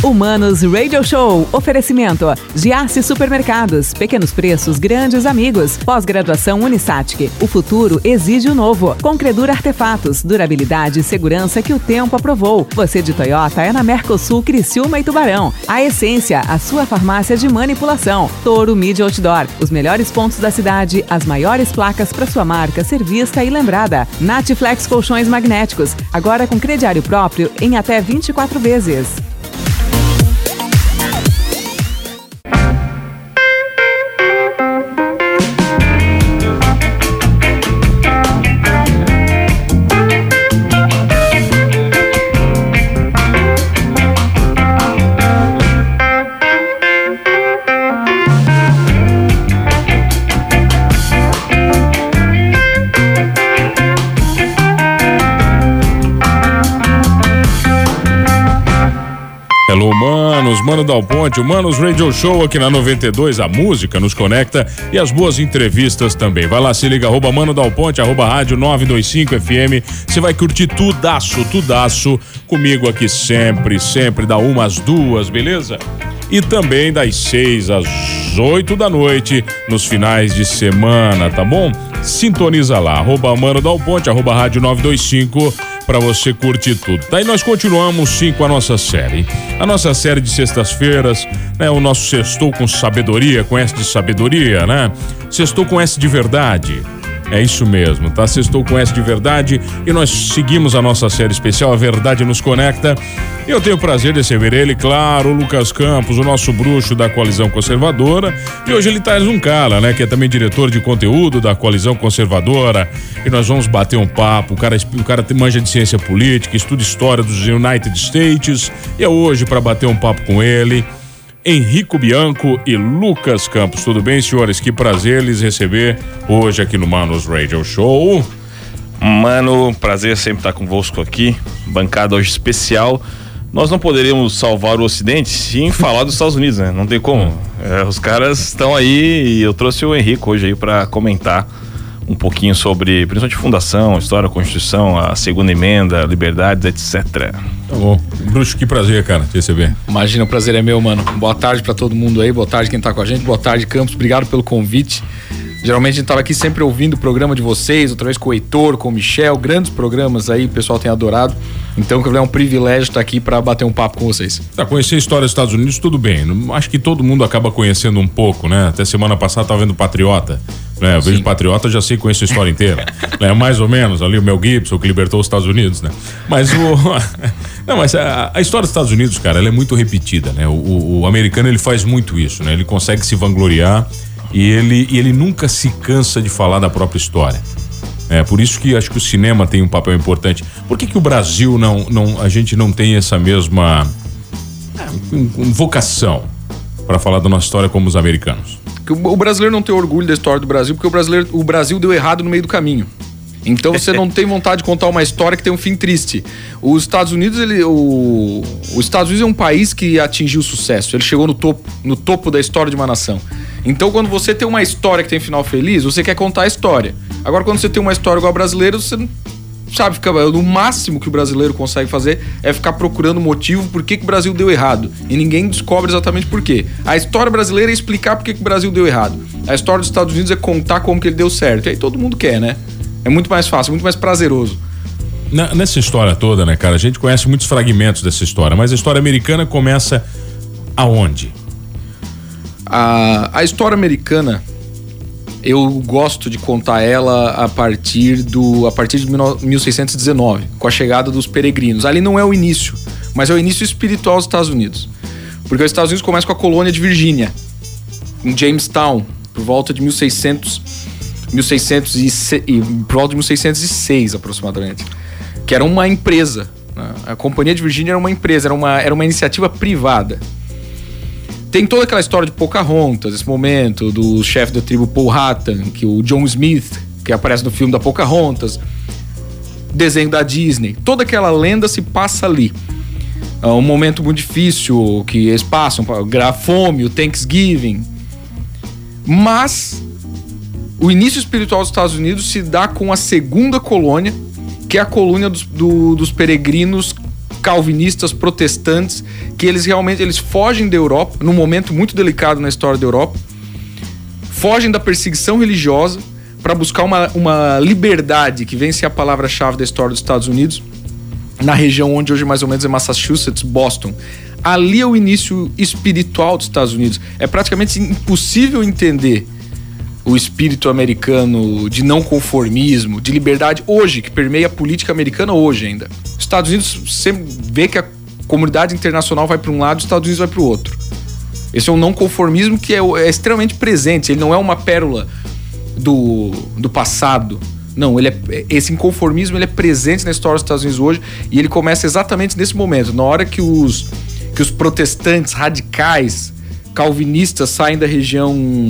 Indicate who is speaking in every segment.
Speaker 1: Humanos Radio Show. Oferecimento. Giasse Supermercados. Pequenos preços, grandes amigos. Pós-graduação Unisatic. O futuro exige o novo. Concredura Artefatos. Durabilidade e segurança que o tempo aprovou. Você de Toyota é na Mercosul, Criciúma e Tubarão. A Essência, a sua farmácia de manipulação. Toro Media Outdoor. Os melhores pontos da cidade, as maiores placas para sua marca ser vista e lembrada. Natiflex Colchões Magnéticos. Agora com crediário próprio em até 24 vezes.
Speaker 2: Hello, Manos, Mano Dal Ponte, o Manos Radio Show aqui na 92, a música nos conecta e as boas entrevistas também. Vai lá, se liga, @Mano Dal Ponte, @rádio 925 FM, você vai curtir tudaço comigo aqui sempre, da 1 às 2, beleza? E também das 6 às 8 da noite, nos finais de semana, tá bom? Sintoniza lá, @Mano Dal Ponte, @rádio 925, pra você curtir tudo, tá? E nós continuamos sim com a nossa série. A nossa série de sextas-feiras, né? O nosso Sextou com Sabedoria, com S de sabedoria, né? Sextou com S de verdade. É isso mesmo, tá? Sextou com S de verdade e nós seguimos a nossa série especial, A Verdade Nos Conecta. E eu tenho o prazer de receber ele, claro, o Lucas Campos, o nosso bruxo da Coalizão Conservadora. E hoje ele traz um cara, né? Que é também diretor de conteúdo da Coalizão Conservadora. E nós vamos bater um papo. O cara manja de ciência política, estuda história dos United States. E é hoje para bater um papo com ele, Henrico Bianco e Lucas Campos. Tudo bem, senhores? Que prazer lhes receber hoje aqui no Manos Radio Show.
Speaker 3: Mano, prazer sempre estar convosco aqui. Bancada hoje especial. Nós não poderíamos salvar o Ocidente sem falar dos Estados Unidos, né? Não tem como. Os caras estão aí e eu trouxe o Henrico hoje aí para comentar um pouquinho sobre, principalmente fundação, história, Constituição, a segunda emenda, liberdades, etc.
Speaker 2: Tá bom. Bruxo, que prazer, cara, te receber.
Speaker 4: Imagina, o prazer é meu, mano. Boa tarde pra todo mundo aí, boa tarde quem tá com a gente, boa tarde, Campos, obrigado pelo convite. Geralmente a gente tava aqui sempre ouvindo o programa de vocês, outra vez com o Heitor, com o Michel, grandes programas aí, o pessoal tem adorado. Então é um privilégio estar aqui para bater um papo com vocês.
Speaker 2: Conhecer a história dos Estados Unidos, tudo bem. Acho que todo mundo acaba conhecendo um pouco, né? Até semana passada tava vendo Patriota. Né? Eu vejo Patriota, já sei, conheço a história inteira. Né? Mais ou menos, ali o Mel Gibson, que libertou os Estados Unidos, né? Mas mas a história dos Estados Unidos, cara, ela é muito repetida, né? O americano, ele faz muito isso, né? Ele consegue se vangloriar e ele nunca se cansa de falar da própria história. É por isso que acho que o cinema tem um papel importante. Por que o Brasil a gente não tem essa mesma vocação para falar da nossa história como os americanos?
Speaker 4: O brasileiro não tem orgulho da história do Brasil porque o Brasil deu errado no meio do caminho. Então você não tem vontade de contar uma história que tem um fim triste. Os Estados Unidos, os Estados Unidos é um país que atingiu sucesso. Ele chegou no topo da história de uma nação. Então quando você tem uma história que tem final feliz, você quer contar a história. Agora quando você tem uma história igual a brasileira, você não sabe, no máximo que o brasileiro consegue fazer é ficar procurando motivo por que o Brasil deu errado. E ninguém descobre exatamente por quê. A história brasileira é explicar por que o Brasil deu errado. A história dos Estados Unidos é contar como que ele deu certo. E aí todo mundo quer, né? É muito mais fácil, muito mais prazeroso.
Speaker 2: Nessa história toda, né, cara? A gente conhece muitos fragmentos dessa história, mas a história americana começa aonde?
Speaker 4: A história americana, eu gosto de contar ela a partir de 1619, com a chegada dos peregrinos. Ali não é o início, mas é o início espiritual dos Estados Unidos. Porque os Estados Unidos começam com a colônia de Virgínia, em Jamestown, por volta de 1606 aproximadamente, que era uma empresa, né? A Companhia de Virgínia era uma empresa, era uma iniciativa privada. Tem toda aquela história de Pocahontas, esse momento do chefe da tribo Powhatan, que o John Smith, que aparece no filme da Pocahontas, desenho da Disney, toda aquela lenda se passa ali. É um momento muito difícil que eles passam, a fome, o Thanksgiving. Mas o início espiritual dos Estados Unidos se dá com a segunda colônia, que é a colônia dos peregrinos calvinistas, protestantes, que eles fogem da Europa, num momento muito delicado na história da Europa, fogem da perseguição religiosa para buscar uma liberdade, que vem ser a palavra-chave da história dos Estados Unidos, na região onde hoje mais ou menos é Massachusetts, Boston. Ali é o início espiritual dos Estados Unidos. É praticamente impossível entender o espírito americano de não conformismo, de liberdade hoje, que permeia a política americana hoje ainda. Os Estados Unidos sempre vê que a comunidade internacional vai para um lado, os Estados Unidos vai para o outro. Esse é um não conformismo que é extremamente presente, ele não é uma pérola do passado. Não, esse inconformismo ele é presente na história dos Estados Unidos hoje, e ele começa exatamente nesse momento, na hora que os protestantes radicais, calvinistas, saem da região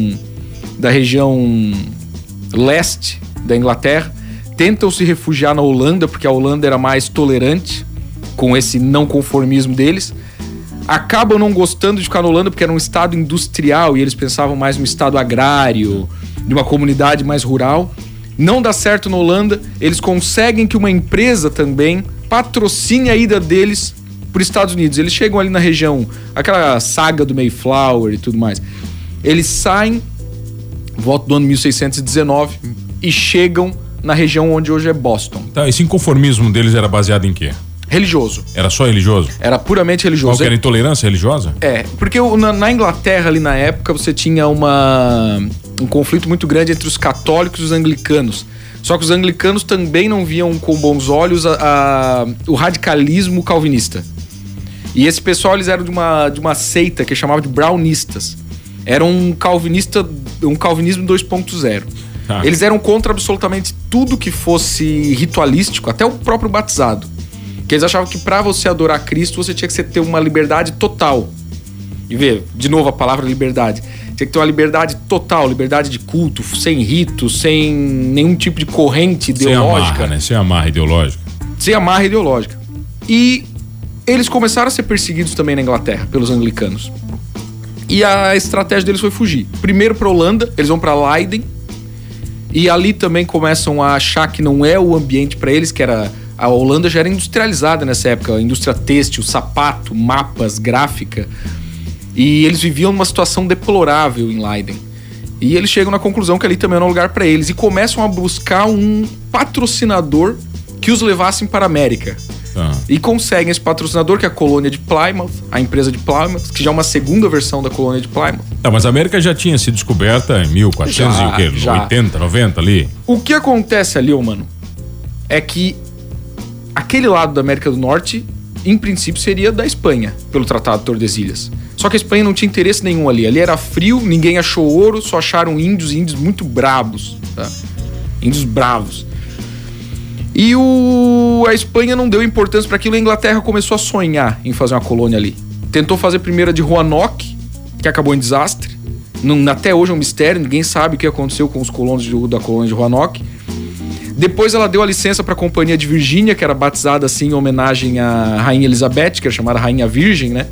Speaker 4: leste da Inglaterra, tentam se refugiar na Holanda, porque a Holanda era mais tolerante com esse não conformismo deles, acabam não gostando de ficar na Holanda porque era um estado industrial e eles pensavam mais num estado agrário, de uma comunidade mais rural. Não dá certo na Holanda, eles conseguem que uma empresa também patrocine a ida deles para os Estados Unidos. Eles chegam ali na região, aquela saga do Mayflower e tudo mais. Eles saem, volta do ano 1619, e chegam na região onde hoje é Boston.
Speaker 2: Tá, esse inconformismo deles era baseado em quê?
Speaker 4: Religioso.
Speaker 2: Era só religioso?
Speaker 4: Era puramente religioso.
Speaker 2: Qual que era intolerância religiosa?
Speaker 4: Porque na Inglaterra ali na época você tinha um conflito muito grande entre os católicos e os anglicanos. Só que os anglicanos também não viam com bons olhos o radicalismo calvinista. E esse pessoal, eles eram de uma seita que chamava de brownistas. Era um calvinismo 2.0.
Speaker 2: Ah.
Speaker 4: Eles eram contra absolutamente tudo que fosse ritualístico, até o próprio batizado. Que eles achavam que para você adorar Cristo, você tinha que ter uma liberdade total. E vê, de novo a palavra liberdade. Tinha que ter uma liberdade total, liberdade de culto, sem rito, sem nenhum tipo de corrente ideológica.
Speaker 2: Sem amarra ideológica.
Speaker 4: Sem amarra ideológica. E eles começaram a ser perseguidos também na Inglaterra, pelos anglicanos. E a estratégia deles foi fugir. Primeiro para Holanda, eles vão para Leiden. E ali também começam a achar que não é o ambiente para eles, que era... A Holanda já era industrializada nessa época, a indústria têxtil, sapato, mapas, gráfica. E eles viviam numa situação deplorável em Leiden. E eles chegam na conclusão que ali também não é um lugar para eles. E começam a buscar um patrocinador que os levassem para a América. E conseguem esse patrocinador, que é a colônia de Plymouth, a empresa de Plymouth, que já é uma segunda versão da colônia de Plymouth.
Speaker 2: Mas a América já tinha sido descoberta em 1480, 90 ali.
Speaker 4: O que acontece ali, mano, é que aquele lado da América do Norte, em princípio, seria da Espanha, pelo Tratado de Tordesilhas. Só que a Espanha não tinha interesse nenhum ali. Ali era frio, ninguém achou ouro, só acharam índios muito brabos, tá? Índios bravos. E a Espanha não deu importância para aquilo, a Inglaterra começou a sonhar em fazer uma colônia ali. Tentou fazer primeiro a de Roanoke, que acabou em desastre. Até hoje é um mistério, ninguém sabe o que aconteceu com os colonos da colônia de Roanoke. Depois ela deu a licença para a Companhia de Virgínia, que era batizada assim em homenagem à Rainha Elizabeth, que era chamada Rainha Virgem, né?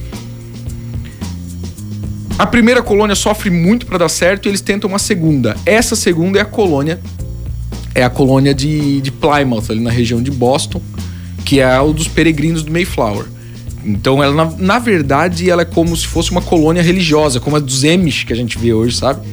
Speaker 4: A primeira colônia sofre muito para dar certo e eles tentam uma segunda. Essa segunda é a colônia de Plymouth, ali na região de Boston, que é o dos peregrinos do Mayflower. Então ela, na verdade, ela é como se fosse uma colônia religiosa, como a dos Amish que a gente vê hoje, sabe?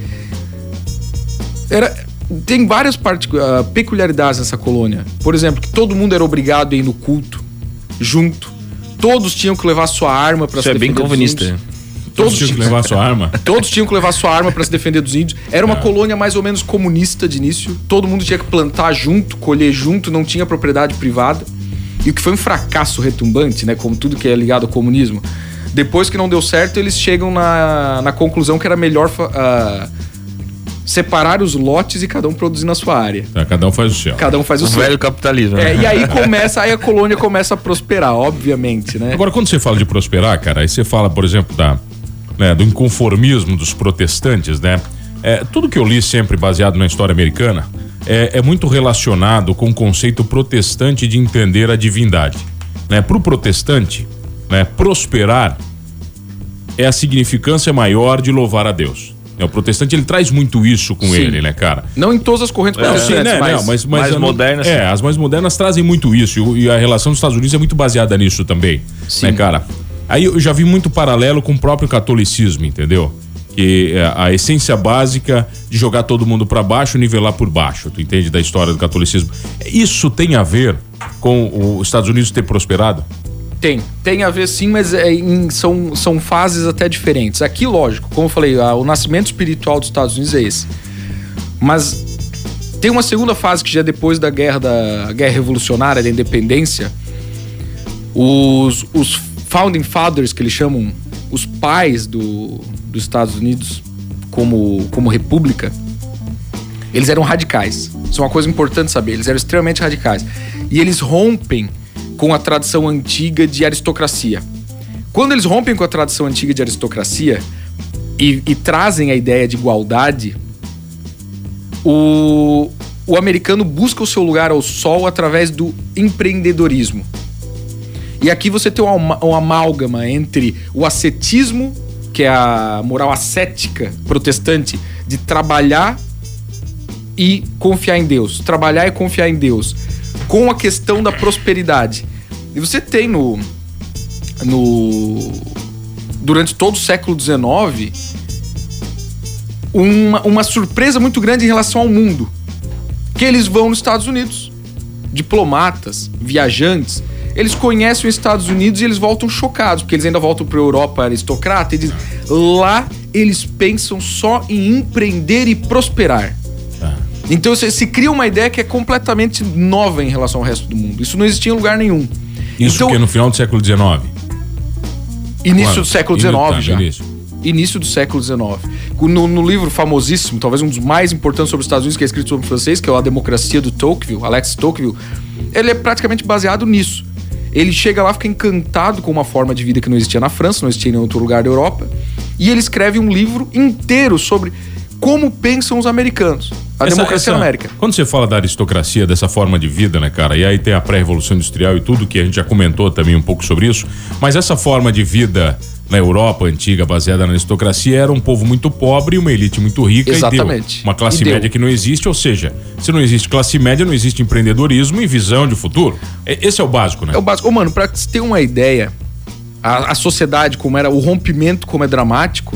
Speaker 4: Tem várias peculiaridades nessa colônia. Por exemplo, que todo mundo era obrigado a ir no culto, junto. Todos tinham que levar sua arma para se defender.
Speaker 3: Isso é bem calvinista.
Speaker 2: Todos tinham que levar sua arma?
Speaker 4: Todos tinham que levar sua arma para se defender dos índios. Era uma colônia mais ou menos comunista de início. Todo mundo tinha que plantar junto, colher junto, não tinha propriedade privada. E o que foi um fracasso retumbante, né? Como tudo que é ligado ao comunismo. Depois que não deu certo, eles chegam na conclusão que era melhor separar os lotes e cada um produzir na sua área.
Speaker 2: Cada um faz o seu.
Speaker 4: Cada um faz o seu.
Speaker 3: Velho capitalismo.
Speaker 4: E aí a colônia começa a prosperar, obviamente, né?
Speaker 2: Agora, quando você fala de prosperar, cara, aí você fala, por exemplo, do inconformismo dos protestantes, né? Tudo que eu li sempre baseado na história americana é muito relacionado com o conceito protestante de entender a divindade, né? Para o protestante, né, prosperar é a significância maior de louvar a Deus. O protestante, ele traz muito isso com ele, né, cara?
Speaker 4: Não em todas as correntes protestantes,
Speaker 2: mas
Speaker 3: mais modernas.
Speaker 2: As mais modernas trazem muito isso. E a relação dos Estados Unidos é muito baseada nisso também, né, cara? Aí eu já vi muito paralelo com o próprio catolicismo, entendeu? Que é a essência básica de jogar todo mundo pra baixo e nivelar por baixo, tu entende? Da história do catolicismo. Isso tem a ver com os Estados Unidos ter prosperado?
Speaker 4: Tem a ver sim, mas são fases até diferentes. Aqui, lógico, como eu falei, o nascimento espiritual dos Estados Unidos é esse. Mas tem uma segunda fase que já é depois da guerra revolucionária, da independência. Os Founding Fathers, que eles chamam, os pais dos Estados Unidos como república, eles eram radicais. Isso é uma coisa importante saber, eles eram extremamente radicais. E eles rompem com a tradição antiga de aristocracia. Quando eles rompem com a tradição antiga de aristocracia e trazem a ideia de igualdade, o americano busca o seu lugar ao sol através do empreendedorismo. E aqui você tem um amálgama entre o ascetismo, que é a moral ascética protestante, de trabalhar e confiar em Deus. Trabalhar e confiar em Deus. Com a questão da prosperidade. E você tem durante todo o século XIX uma surpresa muito grande em relação ao mundo. Que eles vão nos Estados Unidos. Diplomatas, viajantes, eles conhecem os Estados Unidos e eles voltam chocados, porque eles ainda voltam para a Europa aristocrata e dizem, lá eles pensam só em empreender e prosperar. Então se cria uma ideia que é completamente nova em relação ao resto do mundo. Isso não existia em lugar nenhum.
Speaker 2: Isso então, que é no final do século XIX?
Speaker 4: Início do século XIX já. Início do século XIX. No livro famosíssimo, talvez um dos mais importantes sobre os Estados Unidos, que é escrito sobre francês, que é A Democracia do Tocqueville, Alexis Tocqueville, ele é praticamente baseado nisso. Ele chega lá, fica encantado com uma forma de vida que não existia na França, não existia em outro lugar da Europa, e ele escreve um livro inteiro sobre como pensam os americanos. A democracia na América.
Speaker 2: Quando você fala da aristocracia, dessa forma de vida, né, cara? E aí tem a pré-revolução industrial e tudo, que a gente já comentou também um pouco sobre isso. Mas essa forma de vida na Europa antiga, baseada na aristocracia, era um povo muito pobre e uma elite muito rica.
Speaker 4: Exatamente.
Speaker 2: E deu uma classe média que não existe, ou seja, se não existe classe média, não existe empreendedorismo e visão de futuro. Esse é o básico, né?
Speaker 4: É o básico. Ô, mano, pra você ter uma ideia, a sociedade como era, o rompimento como é dramático,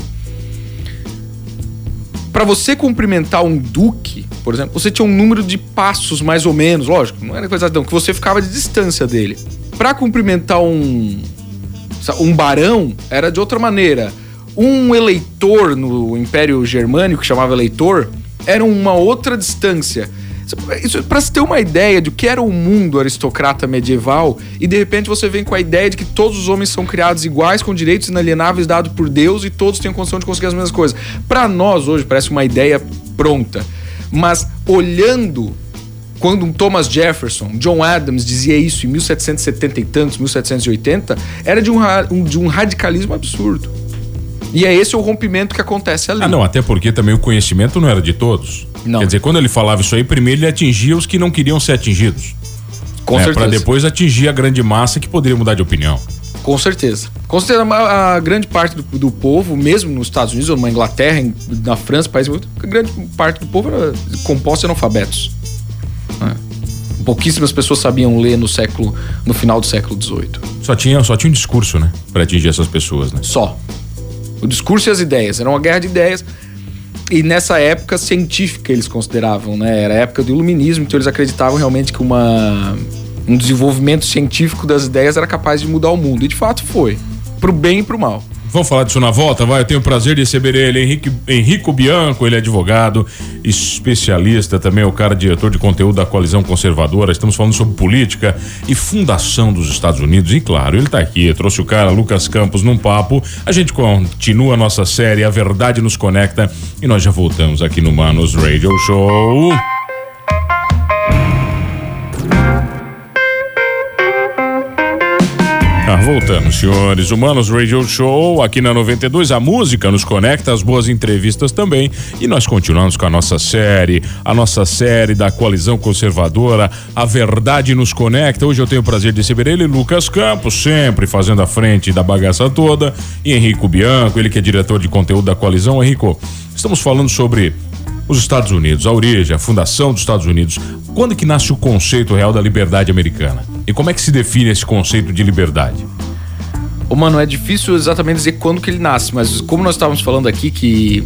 Speaker 4: pra você cumprimentar um duque, por exemplo, você tinha um número de passos mais ou menos, lógico, não era coisa não, que você ficava de distância dele. Pra cumprimentar um barão, era de outra maneira. Um eleitor no Império Germânico, que chamava eleitor, era uma outra distância. Isso pra se ter uma ideia de o que era o mundo aristocrata medieval, e de repente você vem com a ideia de que todos os homens são criados iguais, com direitos inalienáveis dados por Deus, e todos têm a condição de conseguir as mesmas coisas. Pra nós hoje parece uma ideia pronta, mas olhando quando um Thomas Jefferson, John Adams dizia isso em 1770 e tantos, 1780, era de um radicalismo absurdo. E é esse o rompimento que acontece ali.
Speaker 2: Não, até porque também o conhecimento não era de todos. Não. Quer dizer, quando ele falava isso aí, primeiro ele atingia os que não queriam ser atingidos.
Speaker 4: Com certeza.
Speaker 2: Para depois atingir a grande massa que poderia mudar de opinião.
Speaker 4: Com certeza. Com certeza, a grande parte do povo, mesmo nos Estados Unidos, ou na Inglaterra, na França, a grande parte do povo era composta de analfabetos. Pouquíssimas pessoas sabiam ler no final do século XVIII.
Speaker 2: Só tinha um discurso, né? Para atingir essas pessoas, né?
Speaker 4: Só. O discurso e as ideias. Era uma guerra de ideias. E nessa época científica eles consideravam, né? Era a época do iluminismo, então eles acreditavam realmente que um desenvolvimento científico das ideias era capaz de mudar o mundo. E de fato foi. Pro bem e pro mal.
Speaker 2: Vamos falar disso na volta, vai? Eu tenho o prazer de receber ele, Henrico Bianco, ele é advogado, especialista também, é o cara diretor de conteúdo da Coalizão Conservadora. Estamos falando sobre política e fundação dos Estados Unidos. E claro, ele tá aqui, trouxe o cara Lucas Campos num papo. A gente continua a nossa série A Verdade Nos Conecta e nós já voltamos aqui no Manos Radio Show. Voltamos, senhores. O Manos Radio Show aqui na 92. A música nos conecta, as boas entrevistas também. E nós continuamos com a nossa série da Coalizão Conservadora. A Verdade Nos Conecta. Hoje eu tenho o prazer de receber ele, Lucas Campos, sempre fazendo a frente da bagaça toda. E Henrico Bianco, ele que é diretor de conteúdo da Coalizão. Henrico, Estamos falando sobre os Estados Unidos, a origem, a fundação dos Estados Unidos. Quando que nasce o conceito real da liberdade americana? E como é que se define esse conceito de liberdade?
Speaker 4: Mano, é difícil exatamente dizer quando que ele nasce, mas como nós estávamos falando aqui que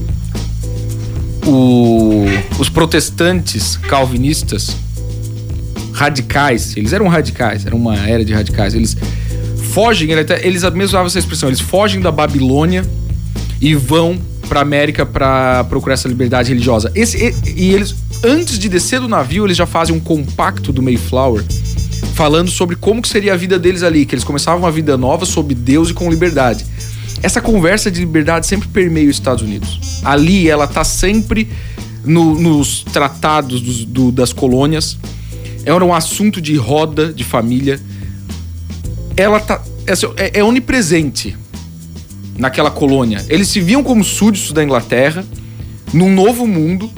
Speaker 4: os protestantes calvinistas radicais, eles eram radicais, era uma era de radicais, eles fogem, eles mesmo usavam essa expressão, eles fogem da Babilônia e vão pra América pra procurar essa liberdade religiosa. E eles, antes de descer do navio, eles já fazem um compacto do Mayflower falando sobre como que seria a vida deles ali, que eles começavam uma vida nova sob Deus e com liberdade. Essa conversa de liberdade sempre permeia os Estados Unidos. Ali ela tá sempre nos tratados das colônias. Era um assunto de roda, de família. Ela é onipresente naquela colônia. Eles se viam como súditos da Inglaterra, num novo mundo,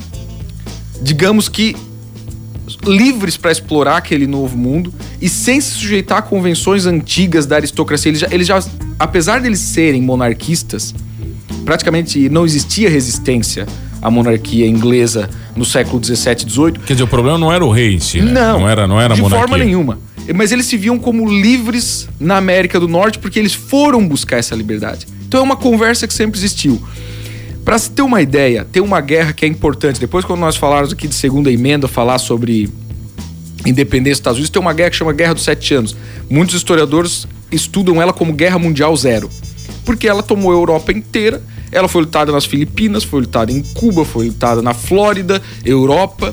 Speaker 4: digamos que livres para explorar aquele novo mundo e sem se sujeitar a convenções antigas da aristocracia. Eles já, apesar de eles serem monarquistas, praticamente não existia resistência à monarquia inglesa no século XVII e XVIII.
Speaker 2: Quer dizer, o problema não era o rei em si, né? Não era a monarquia.
Speaker 4: De forma nenhuma. Mas eles se viam como livres na América do Norte porque eles foram buscar essa liberdade. Então é uma conversa que sempre existiu. Para se ter uma ideia, tem uma guerra que é importante. Depois, quando nós falarmos aqui de segunda emenda, falar sobre independência dos Estados Unidos, tem uma guerra que chama Guerra dos 7 Anos. Muitos historiadores estudam ela como Guerra Mundial Zero. Porque ela tomou a Europa inteira. Ela foi lutada nas Filipinas, foi lutada em Cuba, foi lutada na Flórida, Europa.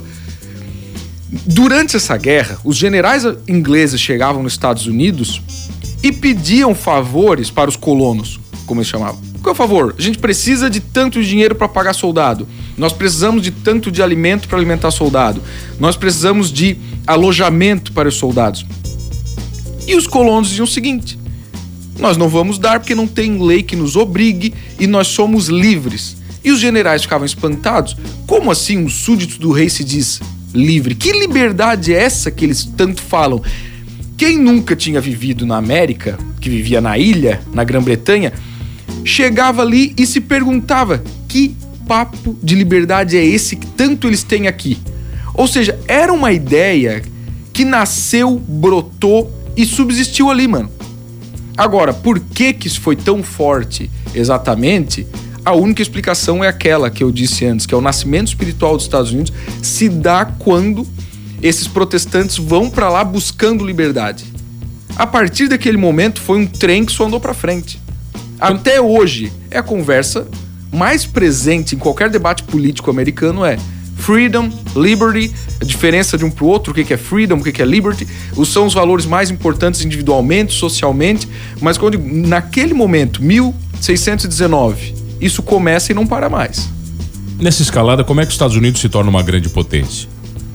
Speaker 4: Durante essa guerra, os generais ingleses chegavam nos Estados Unidos e pediam favores para os colonos, como eles chamavam. Qual é o favor? A gente precisa de tanto dinheiro para pagar soldado. Nós precisamos de tanto de alimento para alimentar soldado. Nós precisamos de alojamento para os soldados. E os colonos diziam o seguinte: nós não vamos dar porque não tem lei que nos obrigue e nós somos livres. E os generais ficavam espantados. Como assim um súdito do rei se diz livre? Que liberdade é essa que eles tanto falam? Quem nunca tinha vivido na América, que vivia na ilha, na Grã-Bretanha, chegava ali e se perguntava: que papo de liberdade é esse que tanto eles têm aqui? Ou seja, era uma ideia que nasceu, brotou e subsistiu ali, mano. Agora, por que isso foi tão forte exatamente? A única explicação é aquela que eu disse antes, que é o nascimento espiritual dos Estados Unidos se dá quando esses protestantes vão para lá buscando liberdade. A partir daquele momento foi um trem que só andou para frente. Até hoje, é a conversa mais presente em qualquer debate político americano é freedom, liberty, a diferença de um pro outro, o que é freedom, o que é liberty, são os valores mais importantes individualmente, socialmente, mas quando naquele momento, 1619, isso começa e não para mais.
Speaker 2: Nessa escalada, como é que os Estados Unidos se torna uma grande potência?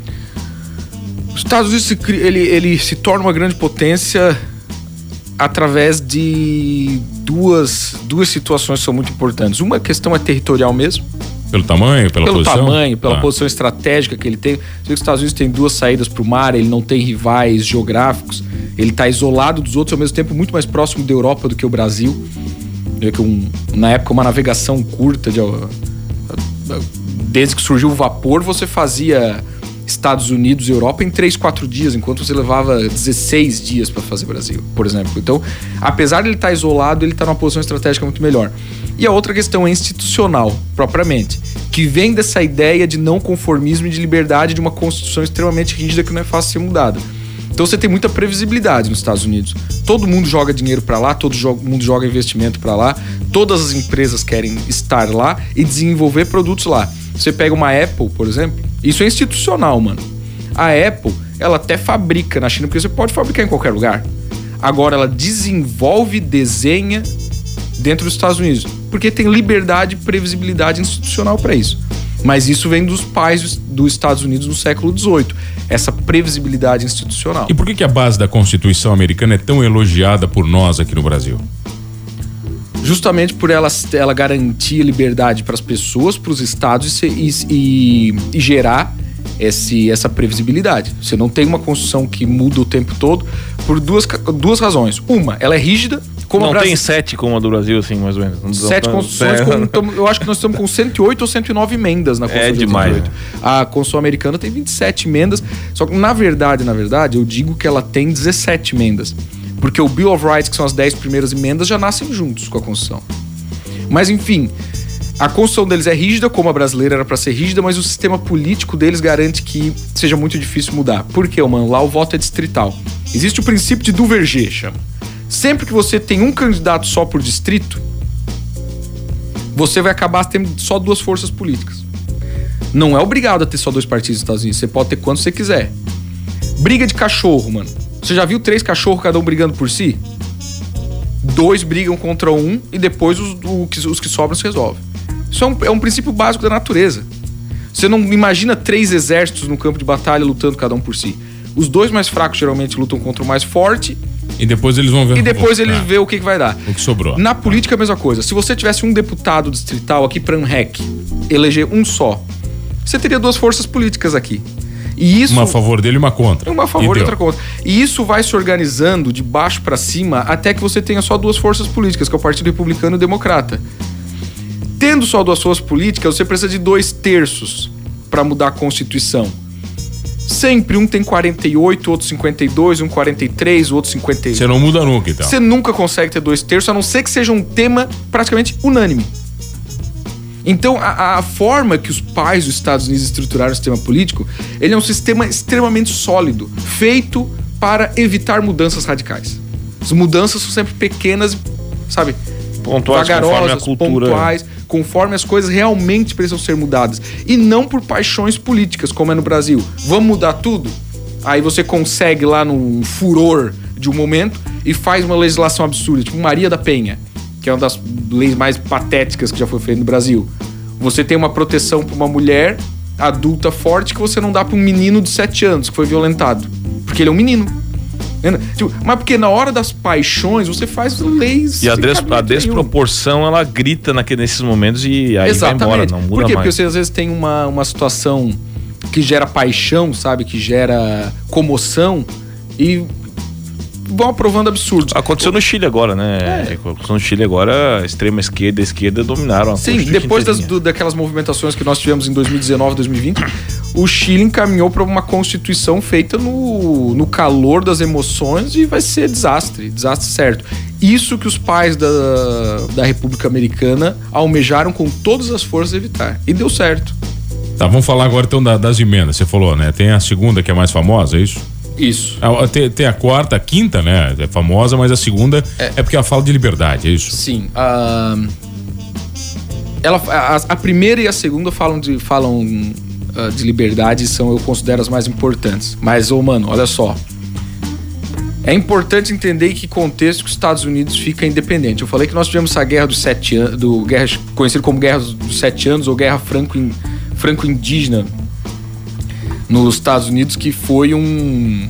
Speaker 4: Os Estados Unidos ele se torna uma grande potência através de duas situações que são muito importantes. Uma questão é territorial mesmo.
Speaker 2: Pelo tamanho, pela posição?
Speaker 4: Pelo tamanho, pela posição estratégica que ele tem. Os Estados Unidos tem 2 saídas para o mar, ele não tem rivais geográficos, ele está isolado dos outros, ao mesmo tempo muito mais próximo da Europa do que o Brasil. Na época, uma navegação curta, desde que surgiu o vapor, você fazia Estados Unidos e Europa em 3-4 dias, enquanto você levava 16 dias para fazer Brasil, por exemplo. Então, apesar de ele estar isolado, ele está numa posição estratégica muito melhor. E a outra questão é institucional, propriamente, que vem dessa ideia de não conformismo e de liberdade de uma Constituição extremamente rígida que não é fácil de ser mudada. Então você tem muita previsibilidade nos Estados Unidos. Todo mundo joga dinheiro para lá, todo mundo joga investimento para lá, todas as empresas querem estar lá e desenvolver produtos lá. Você pega uma Apple, por exemplo, isso é institucional, mano. A Apple, ela até fabrica na China, porque você pode fabricar em qualquer lugar. Agora ela desenvolve, desenha dentro dos Estados Unidos, porque tem liberdade e previsibilidade institucional para isso. Mas isso vem dos pais dos Estados Unidos no século XVIII, essa previsibilidade institucional.
Speaker 2: E por que a base da Constituição americana é tão elogiada por nós aqui no Brasil?
Speaker 4: Justamente por ela garantir liberdade para as pessoas, para os estados e gerar essa previsibilidade. Você não tem uma Constituição que muda o tempo todo por duas razões. Uma, ela é rígida,
Speaker 3: Não tem 7 como a do Brasil, assim, mais ou menos.
Speaker 4: 7 constituições, eu acho que nós estamos com 108 ou 109 emendas na Constituição de 88. A Constituição americana tem 27 emendas, só que na verdade, eu digo que ela tem 17 emendas. Porque o Bill of Rights, que são as 10 primeiras emendas, já nascem juntos com a Constituição. Mas enfim, a Constituição deles é rígida, como a brasileira era para ser rígida, mas o sistema político deles garante que seja muito difícil mudar. Por quê, mano? Lá o voto é distrital. Existe o princípio de Duverger, chama. Sempre que você tem um candidato só por distrito, você vai acabar tendo só 2 forças políticas. Não é obrigado a ter só 2 partidos nos Estados Unidos. Você pode ter quantos você quiser. Briga de cachorro, mano. Você já viu 3 cachorros, cada um brigando por si? 2 brigam contra um e depois os que sobram se resolvem. Isso é um princípio básico da natureza. Você não imagina 3 exércitos no campo de batalha lutando cada um por si. Os 2 mais fracos geralmente lutam contra o mais forte.
Speaker 2: E depois eles vão ver.
Speaker 4: E depois eles vê o que vai dar.
Speaker 2: O que sobrou.
Speaker 4: Na política, a mesma coisa. Se você tivesse um deputado distrital aqui para ANREC, eleger um só, você teria 2 forças políticas aqui. E isso,
Speaker 2: uma a favor dele e uma contra.
Speaker 4: Uma a favor e outra contra. E isso vai se organizando de baixo para cima até que você tenha só 2 forças políticas, que é o Partido Republicano e o Democrata. Tendo só 2 forças políticas, você precisa de 2/3 para mudar a Constituição. Sempre um tem 48, outro 52, um 43, o outro 58.
Speaker 2: Você não muda nunca, então.
Speaker 4: Você nunca consegue ter 2/3, a não ser que seja um tema praticamente unânime. Então, a forma que os pais dos Estados Unidos estruturaram o sistema político, ele é um sistema extremamente sólido, feito para evitar mudanças radicais. As mudanças são sempre pequenas, sabe?
Speaker 3: Pontuais, conforme a cultura.
Speaker 4: Pontuais, conforme as coisas realmente precisam ser mudadas. E não por paixões políticas, como é no Brasil. Vamos mudar tudo? Aí você consegue lá no furor de um momento e faz uma legislação absurda, tipo Maria da Penha, que é uma das leis mais patéticas que já foi feita no Brasil. Você tem uma proteção para uma mulher adulta forte que você não dá para um menino de 7 anos que foi violentado. Porque ele é um menino. Tipo, mas porque na hora das paixões você faz leis.
Speaker 3: E a desproporção ela grita nesses momentos e aí
Speaker 4: exatamente.
Speaker 3: Vai embora, não muda
Speaker 4: Por quê?
Speaker 3: mais.
Speaker 4: Porque você às vezes tem uma situação que gera paixão, sabe? Que gera comoção e vão aprovando absurdos.
Speaker 3: Aconteceu no Chile agora, né? Aconteceu no Chile agora, a extrema esquerda e a esquerda dominaram.
Speaker 4: Sim, depois daquelas movimentações que nós tivemos em 2019, 2020, o Chile encaminhou para uma constituição feita no calor das emoções e vai ser desastre certo. Isso que os pais da República Americana almejaram com todas as forças evitar. E deu certo.
Speaker 2: Tá, vamos falar agora então das emendas. Você falou, né? Tem a segunda que é mais famosa, é isso?
Speaker 4: Isso.
Speaker 2: Tem a quarta, a quinta, né? É famosa, mas a segunda é porque ela fala de liberdade, é isso?
Speaker 4: Sim. A primeira e a segunda falam de liberdade, eu considero as mais importantes. Mas, mano, olha só. É importante entender em que contexto que os Estados Unidos fica independente. Eu falei que nós tivemos essa guerra dos 7 anos, conhecida como Guerra dos 7 Anos ou Guerra Franco-Indígena nos Estados Unidos, que foi um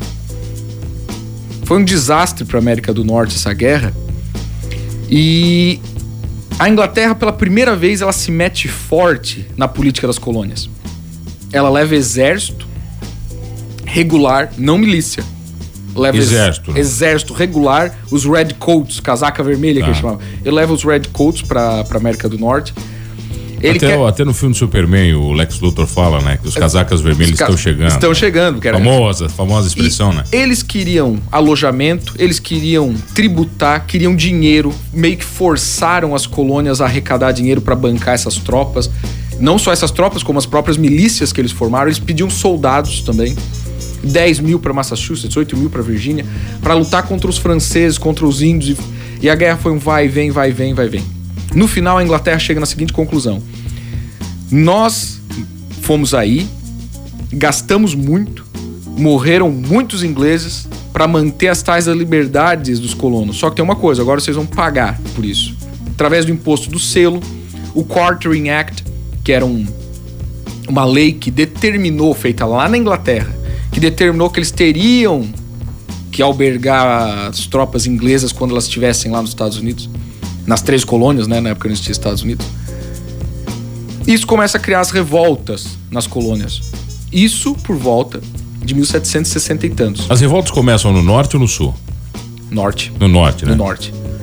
Speaker 4: desastre para a América do Norte essa guerra. E a Inglaterra, pela primeira vez, ela se mete forte na política das colônias. Ela leva exército regular, não milícia. Leva exército regular, os Red Coats, casaca vermelha que eles chamavam. Ele leva os Red Coats para América do Norte.
Speaker 2: Até no filme do Superman, o Lex Luthor fala, né? Que os casacas vermelhos estão chegando.
Speaker 4: Estão chegando.
Speaker 2: Famosa expressão, né?
Speaker 4: Eles queriam alojamento, eles queriam tributar, queriam dinheiro, meio que forçaram as colônias a arrecadar dinheiro para bancar essas tropas. Não só essas tropas, como as próprias milícias que eles formaram, eles pediam soldados também. 10 mil para Massachusetts, 8 mil para Virgínia, para lutar contra os franceses, contra os índios. E a guerra foi um vai e vem, vai e vem, vai e vem. No final, a Inglaterra chega na seguinte conclusão. Nós fomos aí, gastamos muito, morreram muitos ingleses para manter as tais liberdades dos colonos. Só que tem uma coisa, agora vocês vão pagar por isso. Através do imposto do selo, o Quartering Act, que era uma lei que determinou, feita lá na Inglaterra, que determinou que eles teriam que albergar as tropas inglesas quando elas estivessem lá nos Estados Unidos. Nas 3 colônias, né? Na época não existia Estados Unidos. Isso começa a criar as revoltas nas colônias. Isso por volta de 1760 e tantos.
Speaker 2: As revoltas começam no norte ou no sul?
Speaker 4: Norte.
Speaker 2: No norte, né?
Speaker 4: No norte.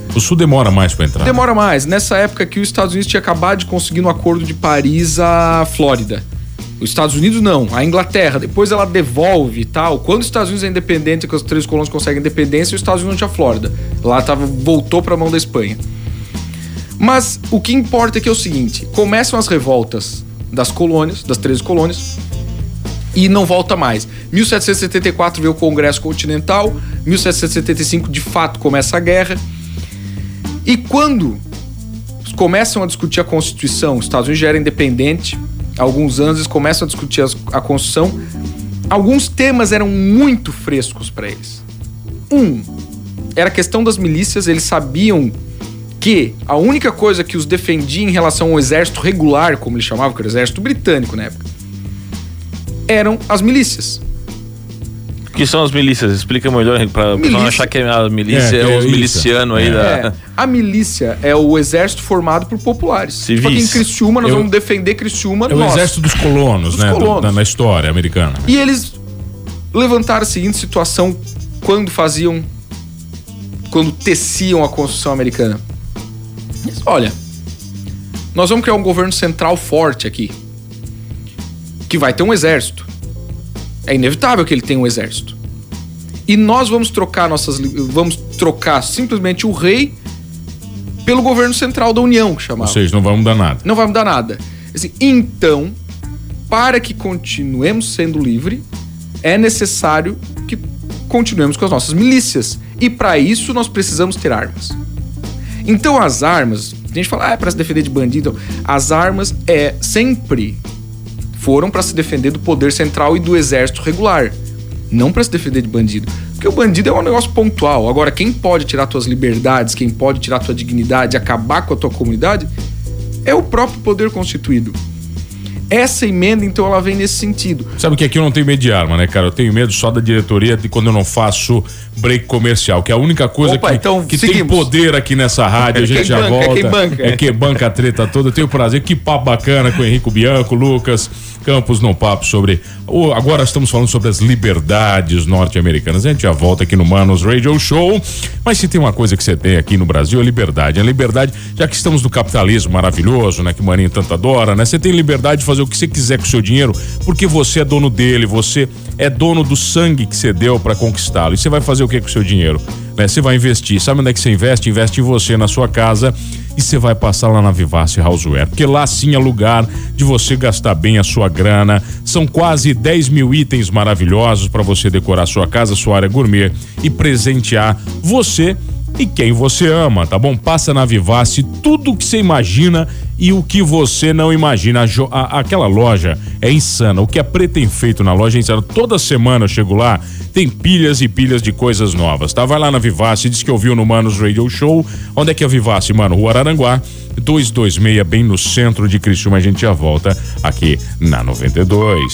Speaker 2: O Sul demora mais para entrar.
Speaker 4: Demora mais. Nessa época que os Estados Unidos tinha acabado de conseguir no Acordo de Paris a Flórida. Os Estados Unidos não, a Inglaterra. Depois ela devolve e tal. Quando os Estados Unidos é independente, que as 3 colônias conseguem independência, os Estados Unidos não tinha Flórida. Lá voltou para a mão da Espanha. Mas o que importa é que é o seguinte: começam as revoltas das colônias, das 13 colônias, e não volta mais. 1774 veio o Congresso Continental, 1775 de fato começa a guerra. E quando começam a discutir a Constituição, os Estados Unidos já era independente, há alguns anos eles começam a discutir a Constituição, alguns temas eram muito frescos para eles. Era a questão das milícias. Eles sabiam que a única coisa que os defendia em relação ao exército regular, como eles chamavam, que era o exército britânico na época, eram as milícias.
Speaker 3: O que são as milícias? Explica melhor para não achar que a milícia é os milicianos aí da...
Speaker 4: A milícia é o exército formado por populares.
Speaker 3: Civis.
Speaker 4: Tipo aqui em Criciúma, nós vamos defender Criciúma.
Speaker 2: É o exército dos colonos, né?
Speaker 4: Colonos.
Speaker 2: Na história americana.
Speaker 4: E eles levantaram a seguinte situação quando teciam a Constituição americana. Eles, olha, nós vamos criar um governo central forte aqui, que vai ter um exército. É inevitável que ele tenha um exército. E nós vamos trocar simplesmente o rei pelo governo central da União, que chamava.
Speaker 2: Ou seja, não vai mudar nada.
Speaker 4: Não vai mudar nada. Assim, então, para que continuemos sendo livres, é necessário que continuemos com as nossas milícias. E para isso nós precisamos ter armas. Então as armas, a gente fala, é para se defender de bandido. As armas sempre foram para se defender do poder central e do exército regular, não para se defender de bandido. Porque o bandido é um negócio pontual. Agora, quem pode tirar tuas liberdades, quem pode tirar tua dignidade, acabar com a tua comunidade, é o próprio poder constituído. Essa emenda, então, ela vem nesse sentido.
Speaker 2: Sabe que aqui eu não tenho medo de arma, né, cara? Eu tenho medo só da diretoria de quando eu não faço break comercial, que é a única coisa que tem poder aqui nessa rádio. A gente já volta. Quem banca a treta toda. Eu tenho o prazer. Que papo bacana com o Henrico Bianco, Lucas Campos, no papo sobre... Agora estamos falando sobre as liberdades norte-americanas. A gente já volta aqui no Manos Radio Show. Mas se tem uma coisa que você tem aqui no Brasil, é liberdade. A liberdade, já que estamos no capitalismo maravilhoso, né, que o Maninho tanto adora, né? Você tem liberdade de fazer o que você quiser com o seu dinheiro, porque você é dono dele, você é dono do sangue que você deu para conquistá-lo. E você vai fazer o que com o seu dinheiro? Né? Você vai investir. Sabe onde é que você investe? Investe em você, na sua casa, e você vai passar lá na Vivace Houseware, porque lá sim é lugar de você gastar bem a sua grana. São quase 10 mil itens maravilhosos para você decorar sua casa, sua área gourmet e presentear você e quem você ama, tá bom? Passa na Vivace tudo o que você imagina e o que você não imagina. Aquela loja é insana. O que a Preta tem feito na loja é insano. Toda semana eu chego lá, tem pilhas e pilhas de coisas novas, tá? Vai lá na Vivace, diz que ouviu no Manos Radio Show. Onde é que é a Vivace, mano? Rua Araranguá, 226, bem no centro de Criciúma. A gente já volta aqui na 92.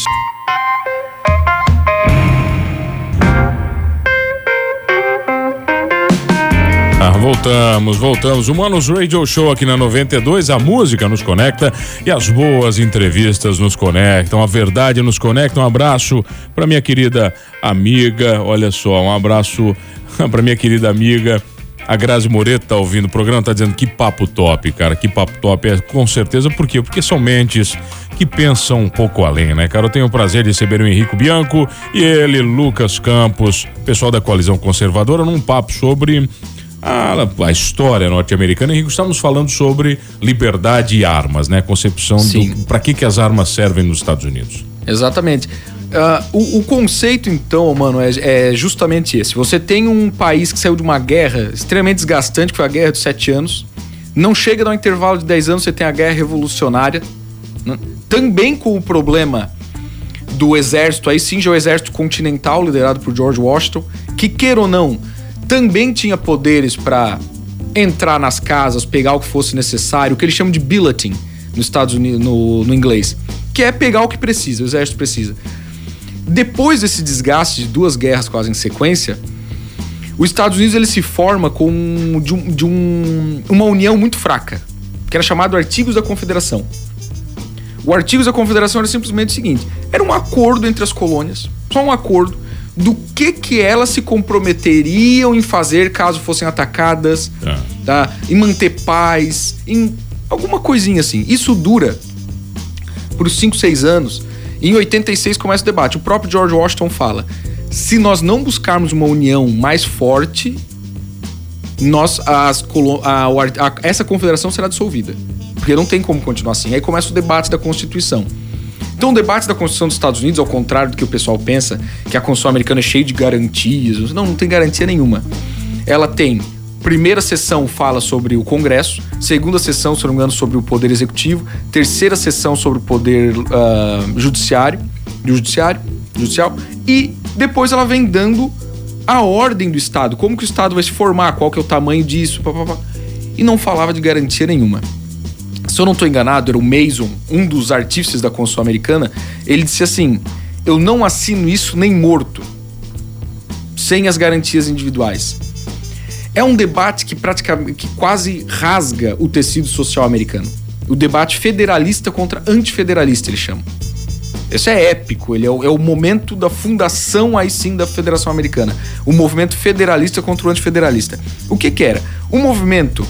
Speaker 2: Voltamos. O Manos Radio Show aqui na 92, a música nos conecta e as boas entrevistas nos conectam, a verdade nos conecta. Um abraço para minha querida amiga, olha só, um abraço para minha querida amiga, a Grazi Moreto tá ouvindo o programa, tá dizendo que papo top, cara, que papo top, é com certeza. Por quê? Porque são mentes que pensam um pouco além, né, cara? Eu tenho o prazer de receber o Henrico Bianco e ele, Lucas Campos, pessoal da Coalizão Conservadora, num papo sobre a história norte-americana. Henrique, estamos falando sobre liberdade e armas, né? Concepção para que as armas servem nos Estados Unidos.
Speaker 4: Exatamente. O conceito, então, mano, é justamente esse. Você tem um país que saiu de uma guerra extremamente desgastante, que foi a Guerra dos 7 anos. Não chega a dar um intervalo de 10 anos, você tem a Guerra Revolucionária. Né? Também com o problema do exército, aí sim já o exército continental, liderado por George Washington, que, queira ou não, também tinha poderes para entrar nas casas, pegar o que fosse necessário, o que eles chamam de billeting nos Estados Unidos, no inglês, que é pegar o que precisa, o exército precisa. Depois desse desgaste de 2 guerras quase em sequência, os Estados Unidos ele se forma com uma união muito fraca, que era chamado Artigos da Confederação. O Artigos da Confederação era simplesmente o seguinte: era um acordo entre as colônias, só um acordo do que elas se comprometeriam em fazer caso fossem atacadas tá? Em manter paz, em alguma coisinha assim. Isso dura por 5, 6 anos. Em 86 começa o debate. O próprio George Washington fala: se nós não buscarmos uma união mais forte, essa confederação será dissolvida. Porque não tem como continuar assim. Aí começa o debate da Constituição. Então o debate da Constituição dos Estados Unidos, ao contrário do que o pessoal pensa, que a Constituição americana é cheia de garantias. Não tem garantia nenhuma. Ela tem... Primeira sessão fala sobre o Congresso, segunda sessão, se não me engano, sobre o Poder Executivo, terceira sessão sobre o Poder Judicial, e depois ela vem dando a ordem do Estado, como que o Estado vai se formar, qual que é o tamanho disso, e não falava de garantia nenhuma. Se eu não estou enganado, era o Mason, um dos artífices da Constituição americana, ele disse assim: eu não assino isso nem morto, sem as garantias individuais. É um debate que praticamente quase rasga o tecido social americano. O debate federalista contra antifederalista, eles chamam. Isso é épico, ele é o momento da fundação, aí sim, da Federação Americana. O movimento federalista contra o antifederalista. O que era? O movimento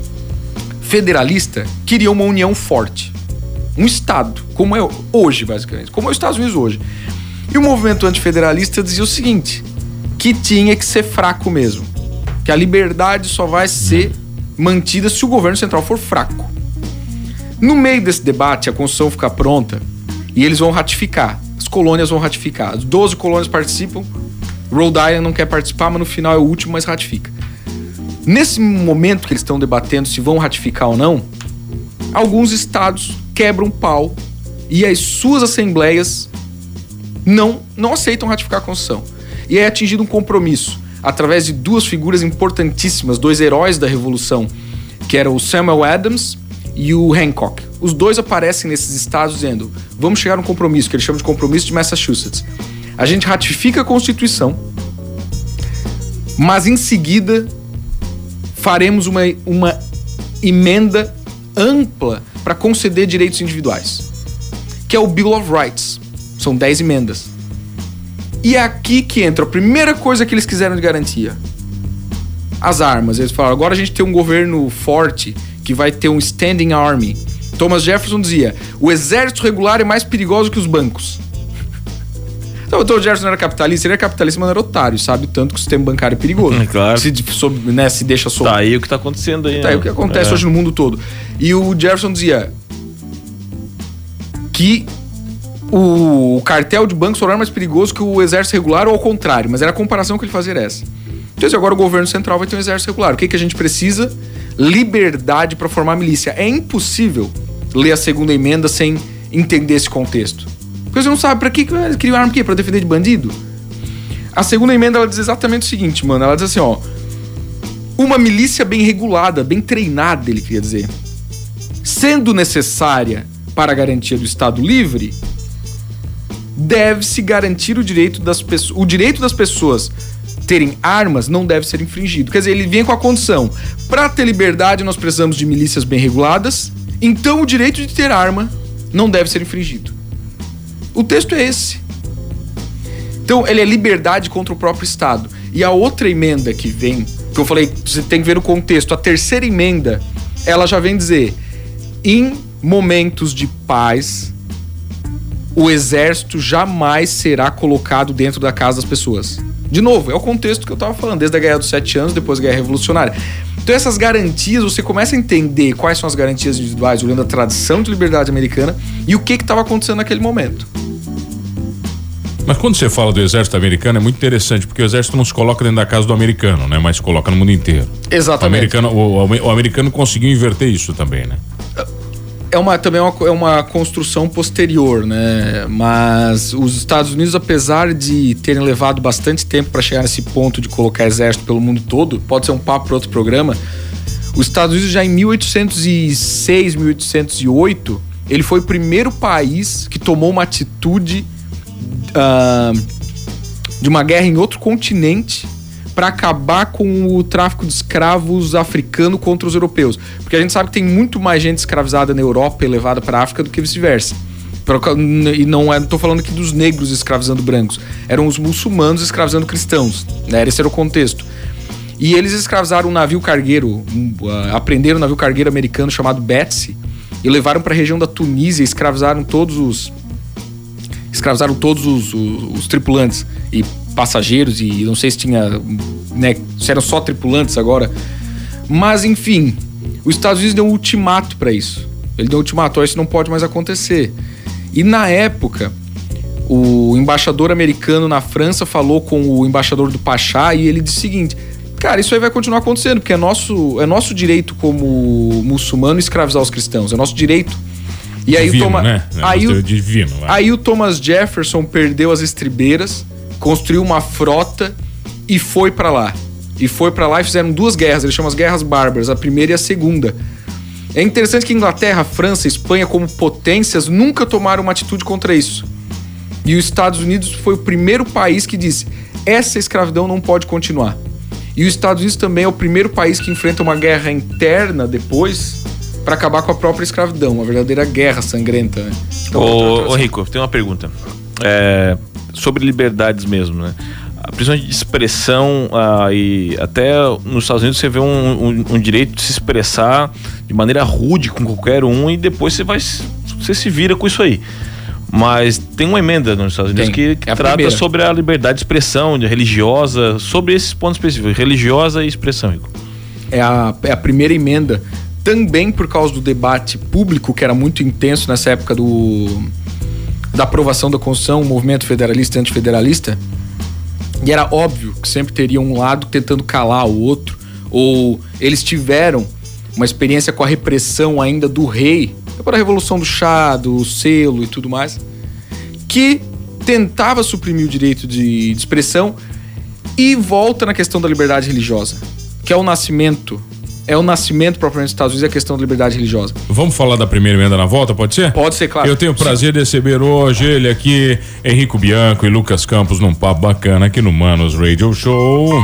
Speaker 4: federalista queria uma união forte. Um Estado, como é hoje, basicamente. Como é os Estados Unidos hoje. E o movimento antifederalista dizia o seguinte: que tinha que ser fraco mesmo. Que a liberdade só vai ser mantida se o governo central for fraco. No meio desse debate, a Constituição fica pronta e eles vão ratificar. As colônias vão ratificar. As 12 colônias participam. Rhode Island não quer participar, mas no final é o último, mas ratifica. Nesse momento que eles estão debatendo se vão ratificar ou não, alguns estados quebram pau e as suas assembleias não aceitam ratificar a Constituição. E é atingido um compromisso através de duas figuras importantíssimas, dois heróis da Revolução, que eram o Samuel Adams e o Hancock. Os dois aparecem nesses estados dizendo: vamos chegar a um compromisso, que eles chamam de compromisso de Massachusetts. A gente ratifica a Constituição, mas em seguida faremos uma emenda ampla para conceder direitos individuais, que é o Bill of Rights. São 10 emendas. E é aqui que entra a primeira coisa que eles quiseram de garantia: as armas. Eles falaram: agora a gente tem um governo forte, que vai ter um standing army. Thomas Jefferson dizia: o exército regular é mais perigoso que os bancos. Então o Thomas Jefferson não era capitalista, ele era capitalista, mas não era otário, sabe? Tanto que o sistema bancário é perigoso.
Speaker 3: Claro.
Speaker 4: Se deixa solto.
Speaker 3: Tá aí o que tá acontecendo aí.
Speaker 4: Tá aí o que acontece hoje no mundo todo. E o Jefferson dizia que o cartel de bancos era mais perigoso que o exército regular, ou ao contrário, mas era a comparação que ele fazia era essa. Então agora o governo central vai ter um exército regular. O que a gente precisa? Liberdade para formar milícia. É impossível ler a segunda emenda sem entender esse contexto. Porque você não sabe pra que eles criam arma aqui? Pra defender de bandido? A segunda emenda, ela diz exatamente o seguinte, mano. Ela diz assim, ó: uma milícia bem regulada, bem treinada, ele queria dizer, sendo necessária para a garantia do Estado livre, deve-se garantir o direito das pessoas. O direito das pessoas terem armas não deve ser infringido. Quer dizer, ele vem com a condição: para ter liberdade nós precisamos de milícias bem reguladas, então o direito de ter arma não deve ser infringido. O texto é esse. Então ele é liberdade contra o próprio Estado. E a outra emenda que vem, que eu falei, você tem que ver o contexto, a terceira emenda, ela já vem dizer: em momentos de paz, o exército jamais será colocado dentro da casa das pessoas. De novo, é o contexto que eu tava falando, desde a Guerra dos 7 Anos, depois da Guerra Revolucionária. Então essas garantias, você começa a entender quais são as garantias individuais, olhando a tradição de liberdade americana e o que estava acontecendo naquele momento.
Speaker 2: Mas quando você fala do exército americano, é muito interessante, porque o exército não se coloca dentro da casa do americano, né? Mas se coloca no mundo inteiro.
Speaker 4: Exatamente.
Speaker 2: O americano conseguiu inverter isso também, né?
Speaker 4: É uma construção posterior, né? Mas os Estados Unidos, apesar de terem levado bastante tempo para chegar nesse ponto de colocar exército pelo mundo todo, pode ser um papo para outro programa, os Estados Unidos já em 1806, 1808, ele foi o primeiro país que tomou uma atitude de uma guerra em outro continente para acabar com o tráfico de escravos africano contra os europeus. Porque a gente sabe que tem muito mais gente escravizada na Europa e levada para a África do que vice-versa. E não estou falando aqui dos negros escravizando brancos. Eram os muçulmanos escravizando cristãos, né? Esse era o contexto. E eles escravizaram um navio cargueiro, apreenderam um navio cargueiro americano chamado Betsy e levaram para a região da Tunísia, escravizaram todos os tripulantes e passageiros, e não sei se tinha, né, se eram só tripulantes agora. Mas, enfim, os Estados Unidos deu um ultimato para isso. Ele deu um ultimato, isso não pode mais acontecer. E na época, o embaixador americano na França falou com o embaixador do Pachá e ele disse o seguinte: cara, isso aí vai continuar acontecendo, porque é nosso direito como muçulmano escravizar os cristãos, é nosso direito. E aí
Speaker 2: divino, né?
Speaker 4: Aí o Thomas Jefferson perdeu as estribeiras, construiu uma frota e foi pra lá. E fizeram 2 guerras, eles chamam as Guerras Bárbaras, a primeira e a segunda. É interessante que Inglaterra, França, Espanha, como potências, nunca tomaram uma atitude contra isso. E os Estados Unidos foi o primeiro país que disse: essa escravidão não pode continuar. E os Estados Unidos também é o primeiro país que enfrenta uma guerra interna depois para acabar com a própria escravidão, uma verdadeira guerra sangrenta, né? Então,
Speaker 3: ô Rico, tem uma pergunta sobre liberdades mesmo, né? Principalmente de expressão, e até nos Estados Unidos você vê um direito de se expressar de maneira rude com qualquer um e depois você se vira com isso aí. Mas tem uma emenda nos Estados Unidos que trata sobre a liberdade de expressão religiosa, sobre esses pontos específicos, religiosa e expressão, Rico.
Speaker 4: É a primeira emenda, também por causa do debate público que era muito intenso nessa época da aprovação da Constituição, o movimento federalista e antifederalista. E era óbvio que sempre teria um lado tentando calar o outro, ou eles tiveram uma experiência com a repressão ainda do rei, para a Revolução do Chá, do selo e tudo mais, que tentava suprimir o direito de expressão, e volta na questão da liberdade religiosa, que é o nascimento propriamente dos Estados Unidos, é a questão da liberdade religiosa.
Speaker 2: Vamos falar da primeira emenda na volta, pode ser?
Speaker 4: Pode ser, claro.
Speaker 2: Eu tenho o prazer de receber hoje ele aqui, Henrico Bianco e Lucas Campos, num papo bacana aqui no Manos Radio Show.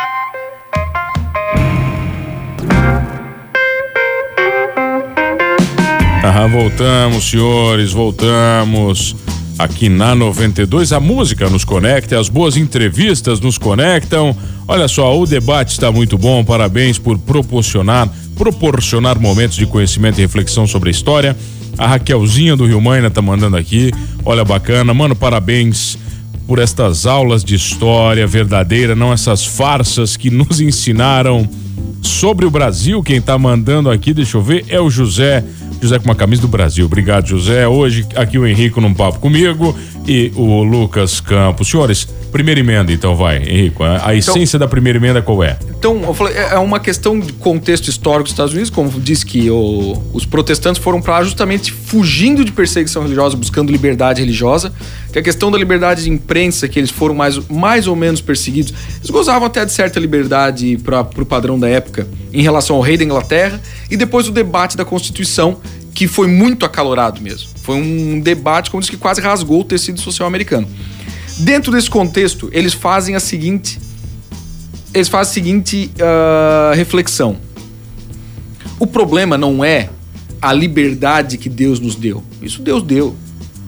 Speaker 2: Voltamos, senhores, voltamos aqui na 92. A música nos conecta, as boas entrevistas nos conectam. Olha só, o debate está muito bom, parabéns por proporcionar momentos de conhecimento e reflexão sobre a história. A Raquelzinha do Rio Maina tá mandando aqui, olha, bacana, mano, parabéns por estas aulas de história verdadeira, não essas farsas que nos ensinaram sobre o Brasil. Quem tá mandando aqui, deixa eu ver, é o José com uma camisa do Brasil. Obrigado, José. Hoje aqui o Henrico num papo comigo e o Lucas Campos. Senhores, primeira emenda então, vai, Henrico. A essência da primeira emenda qual é?
Speaker 4: Então, eu falei, é uma questão de contexto histórico dos Estados Unidos, como disse que os protestantes foram para lá justamente fugindo de perseguição religiosa, buscando liberdade religiosa. Tem a questão da liberdade de imprensa, que eles foram mais ou menos perseguidos. Eles gozavam até de certa liberdade para o padrão da época em relação ao rei da Inglaterra, e depois o debate da Constituição, que foi muito acalorado mesmo. Foi um debate, como disse, que quase rasgou o tecido social americano. Dentro desse contexto, eles fazem a seguinte reflexão. O problema não é a liberdade que Deus nos deu. Isso Deus deu.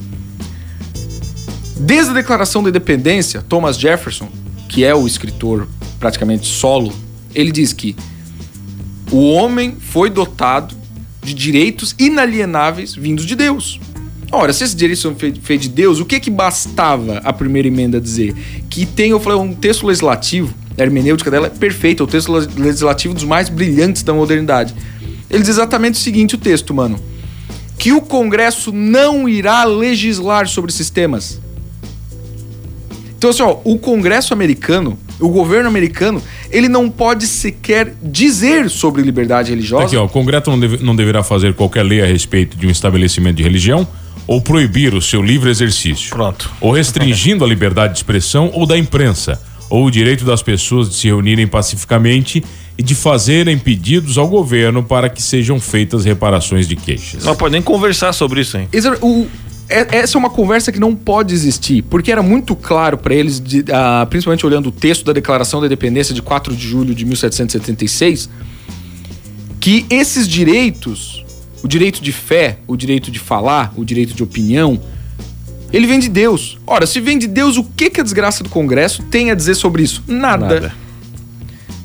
Speaker 4: Desde a Declaração da Independência, Thomas Jefferson, que é o escritor praticamente solo, ele diz que o homem foi dotado de direitos inalienáveis vindos de Deus. Ora, se esses direitos são feitos de Deus, o que bastava a primeira emenda dizer? Que tem, eu falei, um texto legislativo, a hermenêutica dela é perfeita, o texto legislativo dos mais brilhantes da modernidade. Ele diz exatamente o seguinte, o texto, mano: que o Congresso não irá legislar sobre esses temas. Então, assim, ó, o Congresso americano, o governo americano, ele não pode sequer dizer sobre liberdade religiosa.
Speaker 2: Aqui, ó, o Congresso não deverá fazer qualquer lei a respeito de um estabelecimento de religião ou proibir o seu livre exercício.
Speaker 3: Pronto.
Speaker 2: Ou restringindo a liberdade de expressão ou da imprensa, ou o direito das pessoas de se reunirem pacificamente e de fazerem pedidos ao governo para que sejam feitas reparações de queixas.
Speaker 3: Não pode nem conversar sobre isso, hein?
Speaker 4: Essa é uma conversa que não pode existir, porque era muito claro para eles, principalmente olhando o texto da Declaração da Independência de 4 de julho de 1776, que esses direitos, o direito de fé, o direito de falar, o direito de opinião, ele vem de Deus. Ora, se vem de Deus, o que a desgraça do Congresso tem a dizer sobre isso? Nada.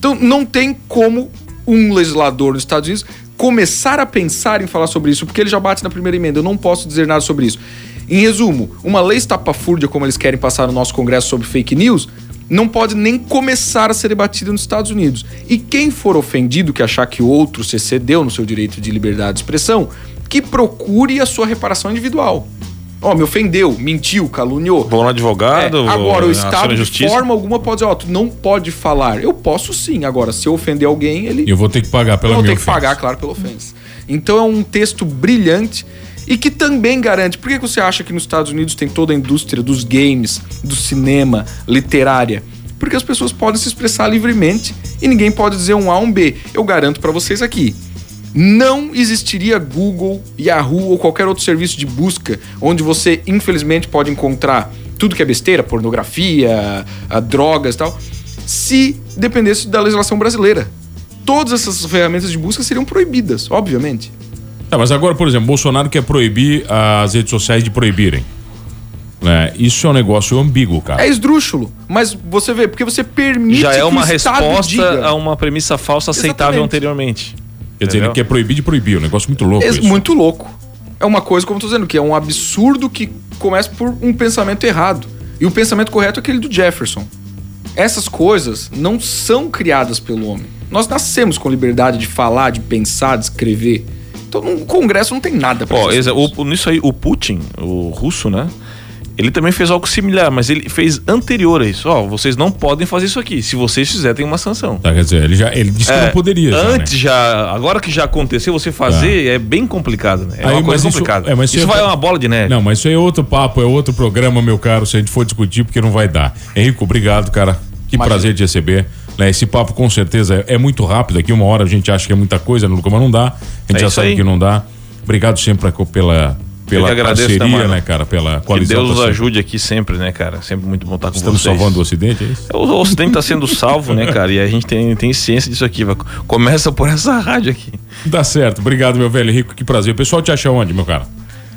Speaker 4: Então não tem como um legislador nos Estados Unidos começar a pensar em falar sobre isso, porque ele já bate na primeira emenda. Eu não posso dizer nada sobre isso. Em resumo, uma lei estapafúrdia, como eles querem passar no nosso Congresso sobre fake news, não pode nem começar a ser debatida nos Estados Unidos. E quem for ofendido, que achar que o outro se excedeu no seu direito de liberdade de expressão, que procure a sua reparação individual. Me ofendeu, mentiu, caluniou.
Speaker 3: Vou no advogado.
Speaker 4: Agora, o Estado, de forma alguma, pode dizer, tu não pode falar. Eu posso sim. Agora, se eu ofender alguém, ele...
Speaker 2: Eu vou ter que pagar pela minha ofensa.
Speaker 4: Eu vou ter que pagar, claro, pela ofensa. Então, é um texto brilhante e que também garante... Por que você acha que nos Estados Unidos tem toda a indústria dos games, do cinema, literária? Porque as pessoas podem se expressar livremente e ninguém pode dizer um A ou um B. Eu garanto pra vocês aqui. Não existiria Google, Yahoo ou qualquer outro serviço de busca onde você, infelizmente, pode encontrar tudo que é besteira, pornografia, drogas e tal, se dependesse da legislação brasileira. Todas essas ferramentas de busca seriam proibidas, obviamente.
Speaker 2: Tá, mas agora, por exemplo, Bolsonaro quer proibir as redes sociais de proibirem. Isso é um negócio ambíguo, cara.
Speaker 4: É esdrúxulo, mas você vê, porque você permite
Speaker 3: já é uma
Speaker 4: que o Estado
Speaker 3: resposta
Speaker 4: diga.
Speaker 3: A uma premissa falsa aceitável anteriormente.
Speaker 2: Quer dizer, ele quer proibir de proibir, um negócio muito louco isso.
Speaker 4: Muito louco. É uma coisa, como eu tô dizendo, que é um absurdo que começa por um pensamento errado. E o pensamento correto é aquele do Jefferson. Essas coisas não são criadas pelo homem. Nós nascemos com liberdade de falar, de pensar, de escrever. Então, no Congresso não tem nada pra isso.
Speaker 3: Nisso aí, o Putin, o russo, né? Ele também fez algo similar, mas ele fez anterior a isso. Vocês não podem fazer isso aqui. Se vocês fizerem, tem uma sanção.
Speaker 2: Tá, quer dizer, ele disse que não poderia.
Speaker 3: Antes agora que já aconteceu, você fazer é bem complicado, né? É uma coisa complicada. Isso vai uma bola de neve.
Speaker 2: Não, mas isso aí é outro papo, é outro programa, meu caro, se a gente for discutir, porque não vai dar. Henrico, obrigado, cara. Que prazer te receber. Esse papo com certeza é muito rápido aqui, uma hora a gente acha que é muita coisa, mas não dá. A gente já sabe que não dá. Obrigado sempre pela parceria, né, cara? Pela coalizão.
Speaker 3: Que Deus nos ajude aqui sempre, né, cara? Sempre muito bom estar com vocês.
Speaker 2: Estamos salvando o Ocidente, é isso?
Speaker 3: O Ocidente está sendo salvo, né, cara? E a gente tem ciência disso aqui. Começa por essa rádio aqui.
Speaker 2: Tá certo. Obrigado, meu velho Henrico. Que prazer. O pessoal te acha onde, meu cara?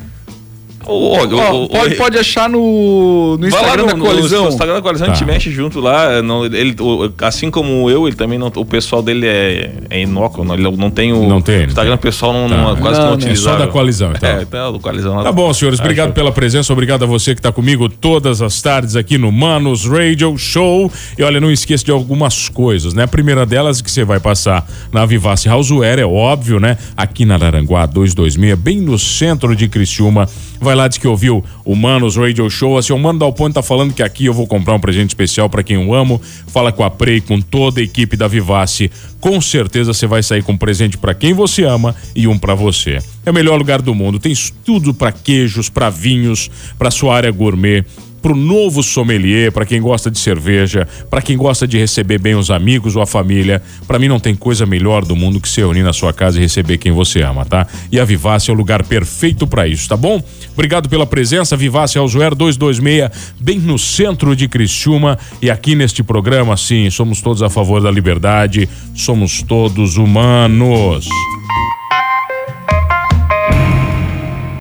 Speaker 4: Pode achar no Instagram da Coalizão.
Speaker 3: No Instagram da Coalizão, a gente mexe junto lá. Assim como ele também não. O pessoal dele é inócuo, ele não tem o Instagram pessoal quase não utiliza.
Speaker 2: Só da Coalizão, então.
Speaker 3: Então, do Coalizão.
Speaker 2: Tá bom, senhores. Obrigado pela presença. Obrigado a você que tá comigo todas as tardes aqui no Manos Radio Show. E olha, não esqueça de algumas coisas, né? A primeira delas que você vai passar na Vivace Houseware, é óbvio, né? Aqui na Araranguá 226, bem no centro de Criciúma. Vai lá, diz que ouviu o Manos Radio Show. Assim, o Mano Dal Ponte tá falando que aqui eu vou comprar um presente especial pra quem eu amo. Fala com a Prey, com toda a equipe da Vivace. Com certeza você vai sair com um presente pra quem você ama e um pra você. É o melhor lugar do mundo. Tem tudo pra queijos, pra vinhos, pra sua área gourmet, pro novo sommelier, pra quem gosta de cerveja, pra quem gosta de receber bem os amigos ou a família. Pra mim não tem coisa melhor do mundo que se reunir na sua casa e receber quem você ama, tá? E a Vivace é o lugar perfeito pra isso, tá bom? Obrigado pela presença. Vivace Houseware 226, bem no centro de Criciúma. E aqui neste programa, sim, somos todos a favor da liberdade, somos todos humanos.